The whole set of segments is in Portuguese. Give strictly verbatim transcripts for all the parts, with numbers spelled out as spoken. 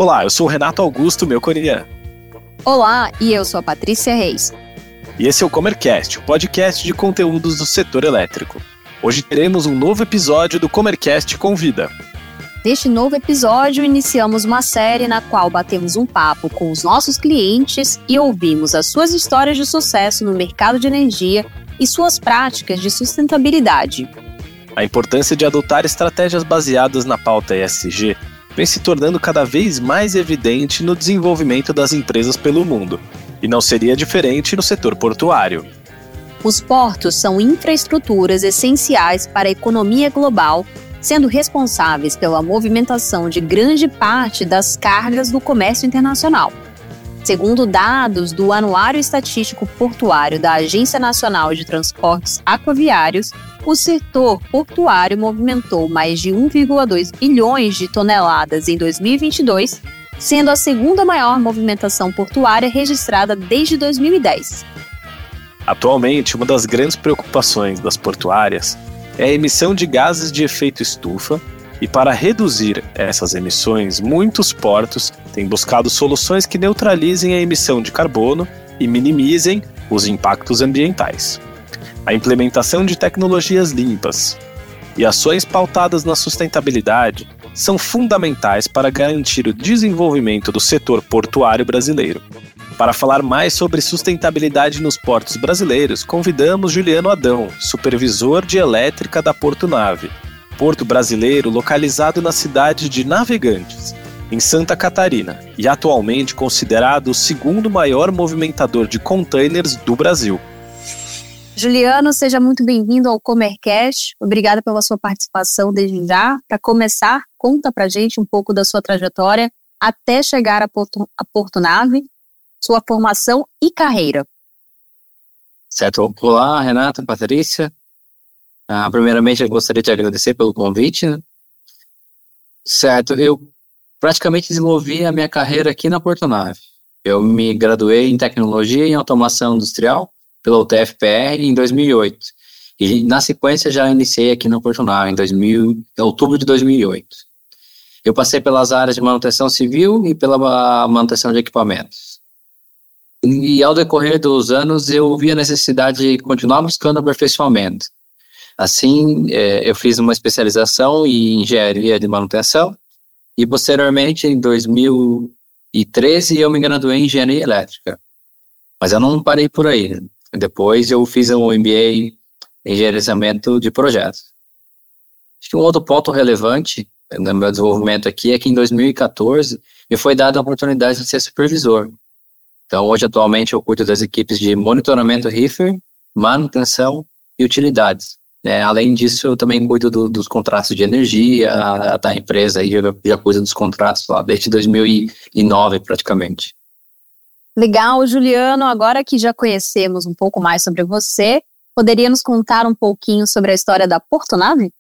Olá, eu sou o Renato Augusto, meu coreano. Olá, e eu sou a Patrícia Reis. E esse é o Comercast, o podcast de conteúdos do setor elétrico. Hoje teremos um novo episódio do Comercast Convida. Neste novo episódio, iniciamos uma série na qual batemos um papo com os nossos clientes e ouvimos as suas histórias de sucesso no mercado de energia e suas práticas de sustentabilidade. A importância de adotar estratégias baseadas na pauta E S G vem se tornando cada vez mais evidente no desenvolvimento das empresas pelo mundo, e não seria diferente no setor portuário. Os portos são infraestruturas essenciais para a economia global, sendo responsáveis pela movimentação de grande parte das cargas do comércio internacional. Segundo dados do Anuário Estatístico Portuário da Agência Nacional de Transportes Aquaviários, o setor portuário movimentou mais de um vírgula dois bilhões de toneladas em dois mil e vinte e dois, sendo a segunda maior movimentação portuária registrada desde dois mil e dez. Atualmente, uma das grandes preocupações das portuárias é a emissão de gases de efeito estufa, e para reduzir essas emissões, muitos portos têm buscado soluções que neutralizem a emissão de carbono e minimizem os impactos ambientais. A implementação de tecnologias limpas e ações pautadas na sustentabilidade são fundamentais para garantir o desenvolvimento do setor portuário brasileiro. Para falar mais sobre sustentabilidade nos portos brasileiros, convidamos Juliano Adão, supervisor de elétrica da Portunave, porto brasileiro localizado na cidade de Navegantes, em Santa Catarina, e atualmente considerado o segundo maior movimentador de containers do Brasil. Juliano, seja muito bem-vindo ao Comercast. Obrigada pela sua participação desde já. Para começar, conta pra gente um pouco da sua trajetória até chegar a Porto, a Portunave, sua formação e carreira. Certo. Olá, Renata, Patrícia. Ah, primeiramente, eu gostaria de agradecer pelo convite. Né? Certo, eu praticamente desenvolvi a minha carreira aqui na Portunave. Eu me graduei em Tecnologia e Automação Industrial pela U T F P R em dois mil e oito. E na sequência já iniciei aqui na Portunave em dois mil, em outubro de dois mil e oito. Eu passei pelas áreas de manutenção civil e pela manutenção de equipamentos. E ao decorrer dos anos eu vi a necessidade de continuar buscando aperfeiçoamento. Assim, eh, eu fiz uma especialização em engenharia de manutenção e posteriormente em dois mil e treze eu me graduei em engenharia elétrica. Mas eu não parei por aí. Né? Depois eu fiz um M B A em gerenciamento de projetos. Acho que um outro ponto relevante no meu desenvolvimento aqui é que em dois mil e quatorze me foi dada a oportunidade de ser supervisor. Então hoje atualmente eu cuido das equipes de monitoramento R I F R, manutenção e utilidades. É, além disso, eu também cuido do, dos contratos de energia a, a, da empresa e eu já cuido dos contratos lá desde dois mil e nove praticamente. Legal, Juliano. Agora que já conhecemos um pouco mais sobre você, poderia nos contar um pouquinho sobre a história da Portunave?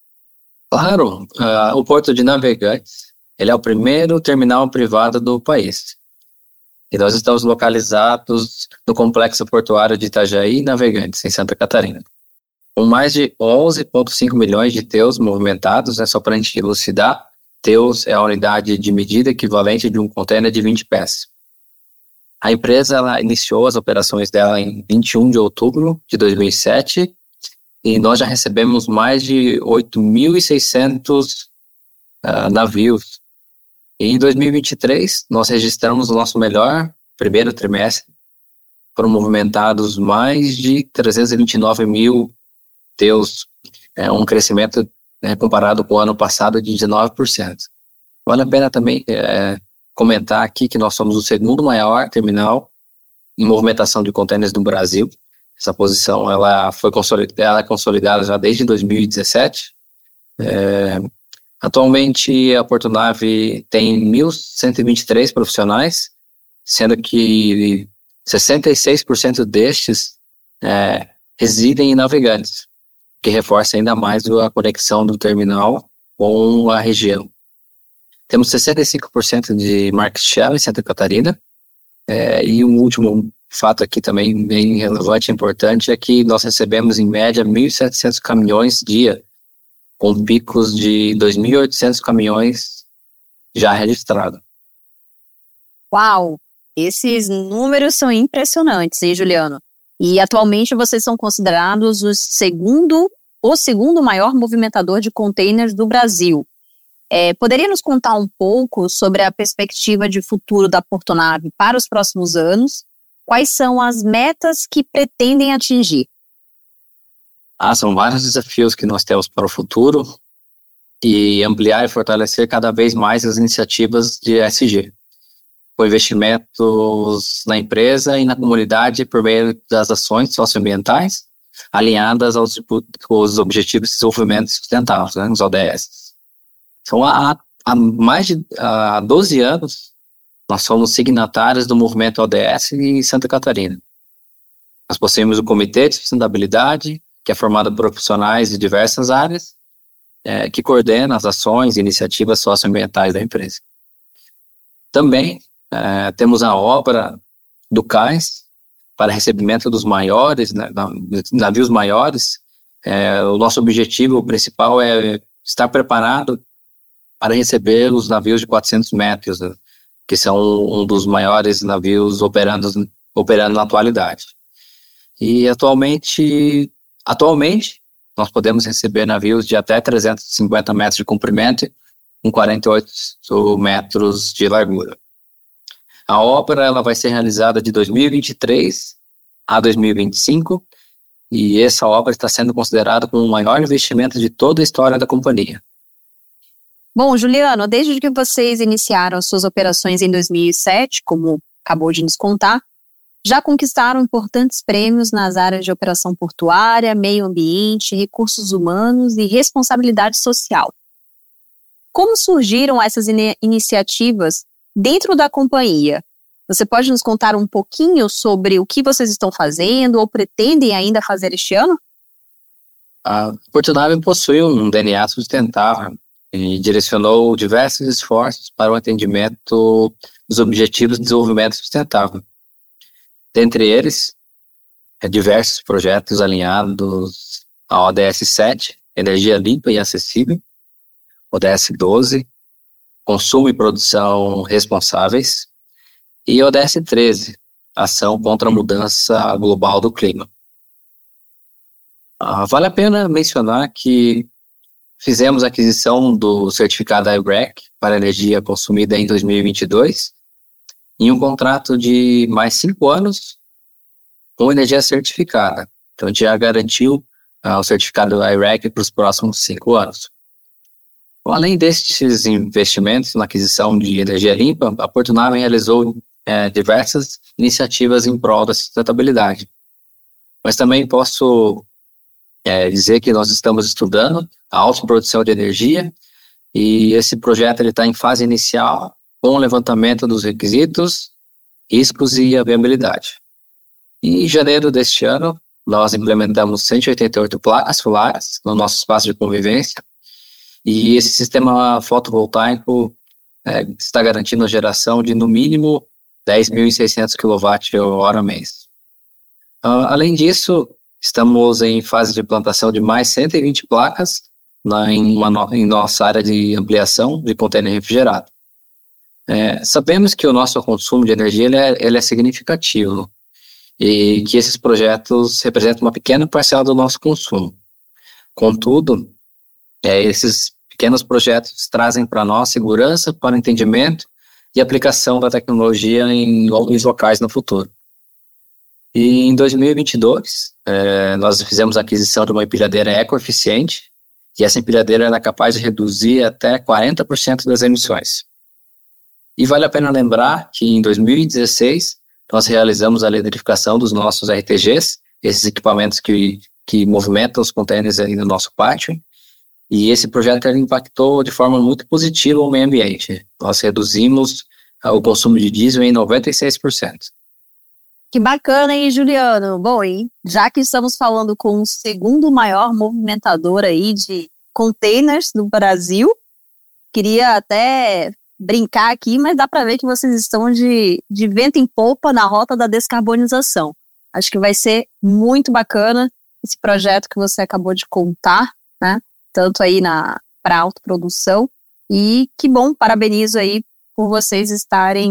Claro, uh, o Porto de Navegantes, ele é o primeiro terminal privado do país. E nós estamos localizados no complexo portuário de Itajaí Navegantes, em Santa Catarina. Com mais de onze vírgula cinco milhões de teus movimentados, né, só para a gente elucidar, teus é a unidade de medida equivalente de um container de vinte pés. A empresa ela iniciou as operações dela em vinte e um de outubro de dois mil e sete e nós já recebemos mais de oito mil e seiscentos uh, navios. E em dois mil e vinte e três, nós registramos o nosso melhor primeiro trimestre. Foram movimentados mais de trezentos e vinte e nove mil teus, é um crescimento né, comparado com o ano passado de dezenove por cento. Vale a pena também é, comentar aqui que nós somos o segundo maior terminal em movimentação de contêineres do Brasil. Essa posição ela foi consolidada, ela é consolidada já desde dois mil e dezessete. É, atualmente a Portunave tem mil cento e vinte e três profissionais, sendo que sessenta e seis por cento destes é, residem em Navegantes, que reforça ainda mais a conexão do terminal com a região. Temos sessenta e cinco por cento de market share em Santa Catarina. É, e um último fato aqui também bem relevante e importante é que nós recebemos em média mil e setecentos caminhões dia, com picos de dois mil e oitocentos caminhões já registrados. Uau! Esses números são impressionantes, hein, Juliano? E atualmente vocês são considerados o segundo, o segundo maior movimentador de containers do Brasil. É, poderia nos contar um pouco sobre a perspectiva de futuro da Portonave para os próximos anos? Quais são as metas que pretendem atingir? Ah, são vários desafios que nós temos para o futuro e ampliar e fortalecer cada vez mais as iniciativas de E S G, com investimentos na empresa e na comunidade por meio das ações socioambientais alinhadas aos, aos Objetivos de Desenvolvimento Sustentável, né, os O D S. Então, há, há mais de há doze anos, nós somos signatários do movimento O D S em Santa Catarina. Nós possuímos o Comitê de Sustentabilidade, que é formado por profissionais de diversas áreas, é, que coordena as ações e iniciativas socioambientais da empresa. Também é, temos a obra do cais para recebimento dos maiores, né, navios maiores. É, o nosso objetivo principal é estar preparado para receber os navios de quatrocentos metros, né, que são um dos maiores navios operando, operando na atualidade. E atualmente, atualmente, nós podemos receber navios de até trezentos e cinquenta metros de comprimento com quarenta e oito metros de largura. A obra ela vai ser realizada de dois mil e vinte e três a dois mil e vinte e cinco, e essa obra está sendo considerada como o maior investimento de toda a história da companhia. Bom, Juliano, desde que vocês iniciaram suas operações em dois mil e sete, como acabou de nos contar, já conquistaram importantes prêmios nas áreas de operação portuária, meio ambiente, recursos humanos e responsabilidade social. Como surgiram essas in- iniciativas dentro da companhia? Você pode nos contar um pouquinho sobre o que vocês estão fazendo ou pretendem ainda fazer este ano? A Portonave possui um D N A sustentável e direcionou diversos esforços para o atendimento dos Objetivos de Desenvolvimento Sustentável. Dentre eles, é diversos projetos alinhados ao O D S sete, Energia Limpa e Acessível, O D S doze, Consumo e Produção Responsáveis, e O D S treze, Ação contra a Mudança Global do Clima. Ah, vale a pena mencionar que fizemos a aquisição do certificado I R E C para energia consumida em dois mil e vinte e dois, em um contrato de mais cinco anos com energia certificada. Então, a gente já garantiu uh, o certificado I R E C para os próximos cinco anos. Então, além destes investimentos na aquisição de energia limpa, a Portonave realizou é, diversas iniciativas em prol da sustentabilidade. Mas também posso é, dizer que nós estamos estudando a autoprodução de energia, e esse projeto está em fase inicial, com o levantamento dos requisitos, riscos e a viabilidade. E em janeiro deste ano, nós implementamos cento e oitenta e oito placas solares no nosso espaço de convivência, e esse sistema fotovoltaico é, está garantindo a geração de, no mínimo, dez mil e seiscentos quilowatt-hora mês. Uh, além disso, estamos em fase de implantação de mais cento e vinte placas na, em, uma no, em nossa área de ampliação de contêiner refrigerado. É, sabemos que o nosso consumo de energia ele é, ele é significativo e que esses projetos representam uma pequena parcela do nosso consumo. Contudo, é, esses pequenos projetos trazem para nós segurança para o entendimento e aplicação da tecnologia em, em locais no futuro. E em dois mil e vinte e dois, é, nós fizemos a aquisição de uma empilhadeira ecoeficiente, e essa empilhadeira era capaz de reduzir até quarenta por cento das emissões. E vale a pena lembrar que em dois mil e dezesseis, nós realizamos a eletrificação dos nossos R T Gs, esses equipamentos que, que movimentam os contêineres aí no nosso pátio, e esse projeto impactou de forma muito positiva o meio ambiente. Nós reduzimos uh, o consumo de diesel em noventa e seis por cento. Que bacana, hein, Juliano? Bom, hein, já que estamos falando com o segundo maior movimentador aí de containers do Brasil, queria até brincar aqui, mas dá para ver que vocês estão de, de vento em popa na rota da descarbonização. Acho que vai ser muito bacana esse projeto que você acabou de contar, né? Tanto aí para autoprodução. E que bom, parabenizo aí por vocês estarem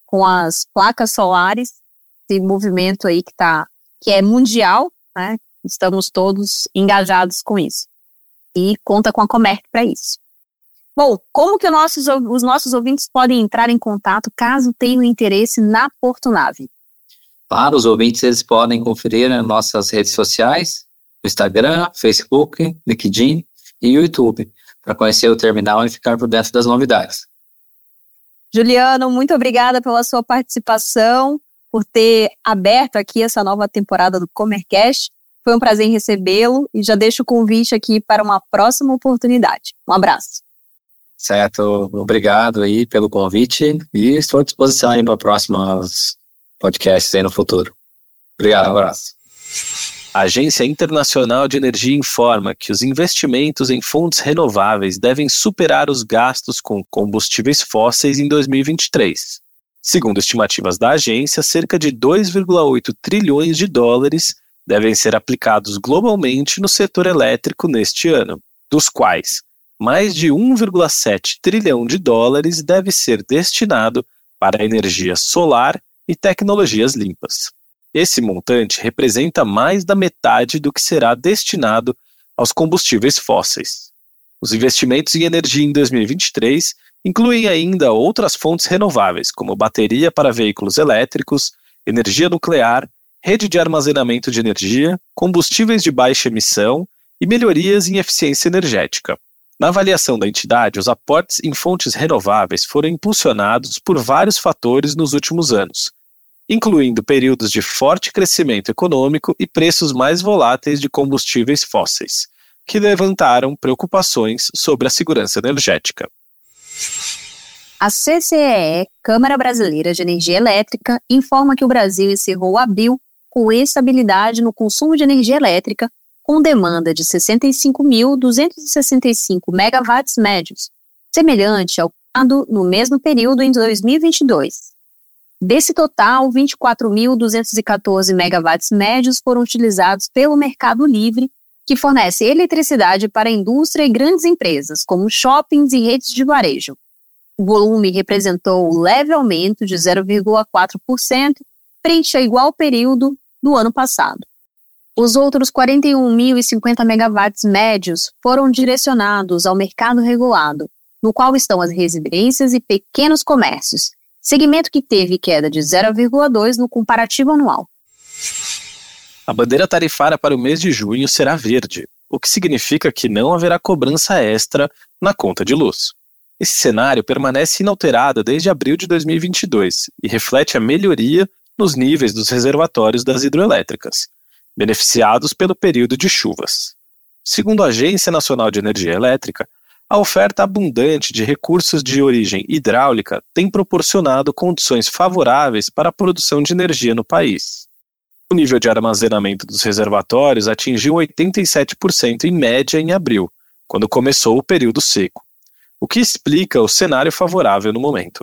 com as placas solares, esse movimento aí que, tá, que é mundial, né? Estamos todos engajados com isso. E conta com a Comerc para isso. Bom, como que os nossos, os nossos ouvintes podem entrar em contato caso tenham interesse na Portunave? Para os ouvintes, eles podem conferir nas nossas redes sociais, no Instagram, Facebook, LinkedIn e YouTube, para conhecer o terminal e ficar por dentro das novidades. Juliano, muito obrigada pela sua participação, por ter aberto aqui essa nova temporada do Comercast. Foi um prazer em recebê-lo e já deixo o convite aqui para uma próxima oportunidade. Um abraço. Certo, obrigado aí pelo convite e estou à disposição aí para próximos podcasts aí no futuro. Obrigado, um abraço. A Agência Internacional de Energia informa que os investimentos em fontes renováveis devem superar os gastos com combustíveis fósseis em dois mil e vinte e três. Segundo estimativas da agência, cerca de dois vírgula oito trilhões de dólares devem ser aplicados globalmente no setor elétrico neste ano, dos quais mais de um vírgula sete trilhão de dólares deve ser destinado para a energia solar e tecnologias limpas. Esse montante representa mais da metade do que será destinado aos combustíveis fósseis. Os investimentos em energia em dois mil e vinte e três incluem ainda outras fontes renováveis, como bateria para veículos elétricos, energia nuclear, rede de armazenamento de energia, combustíveis de baixa emissão e melhorias em eficiência energética. Na avaliação da entidade, os aportes em fontes renováveis foram impulsionados por vários fatores nos últimos anos, incluindo períodos de forte crescimento econômico e preços mais voláteis de combustíveis fósseis, que levantaram preocupações sobre a segurança energética. A C C E E, Câmara Brasileira de Energia Elétrica, informa que o Brasil encerrou abril com estabilidade no consumo de energia elétrica, com demanda de sessenta e cinco mil duzentos e sessenta e cinco megawatts médios, semelhante ao no mesmo período em dois mil e vinte e dois. Desse total, vinte e quatro mil duzentos e quatorze megawatts médios foram utilizados pelo Mercado Livre, que fornece eletricidade para a indústria e grandes empresas, como shoppings e redes de varejo. O volume representou um leve aumento de zero vírgula quatro por cento frente a igual período do ano passado. Os outros quarenta e um mil e cinquenta megawatts médios foram direcionados ao mercado regulado, no qual estão as residências e pequenos comércios, segmento que teve queda de zero vírgula dois por cento no comparativo anual. A bandeira tarifária para o mês de junho será verde, o que significa que não haverá cobrança extra na conta de luz. Esse cenário permanece inalterado desde abril de dois mil e vinte e dois e reflete a melhoria nos níveis dos reservatórios das hidrelétricas, beneficiados pelo período de chuvas. Segundo a Agência Nacional de Energia Elétrica, a oferta abundante de recursos de origem hidráulica tem proporcionado condições favoráveis para a produção de energia no país. O nível de armazenamento dos reservatórios atingiu oitenta e sete por cento em média em abril, quando começou o período seco, o que explica o cenário favorável no momento.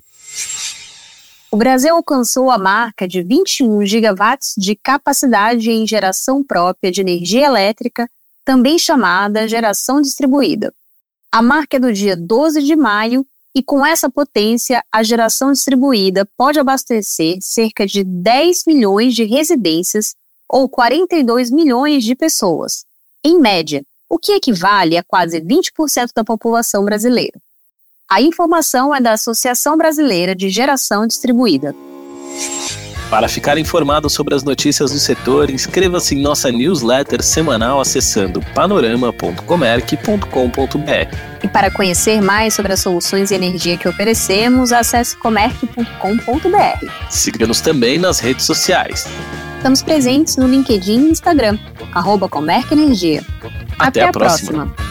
O Brasil alcançou a marca de vinte e um gigawatts de capacidade em geração própria de energia elétrica, também chamada geração distribuída. A marca é do dia doze de maio e, com essa potência, a geração distribuída pode abastecer cerca de dez milhões de residências ou quarenta e dois milhões de pessoas, em média, o que equivale a quase vinte por cento da população brasileira. A informação é da Associação Brasileira de Geração Distribuída. Para ficar informado sobre as notícias do setor, inscreva-se em nossa newsletter semanal acessando panorama ponto comerc ponto com ponto b r. E para conhecer mais sobre as soluções de energia que oferecemos, acesse comerc ponto com ponto b r. Siga-nos também nas redes sociais. Estamos presentes no LinkedIn e Instagram, arroba Comerc Energia. Até, Até a próxima. próxima.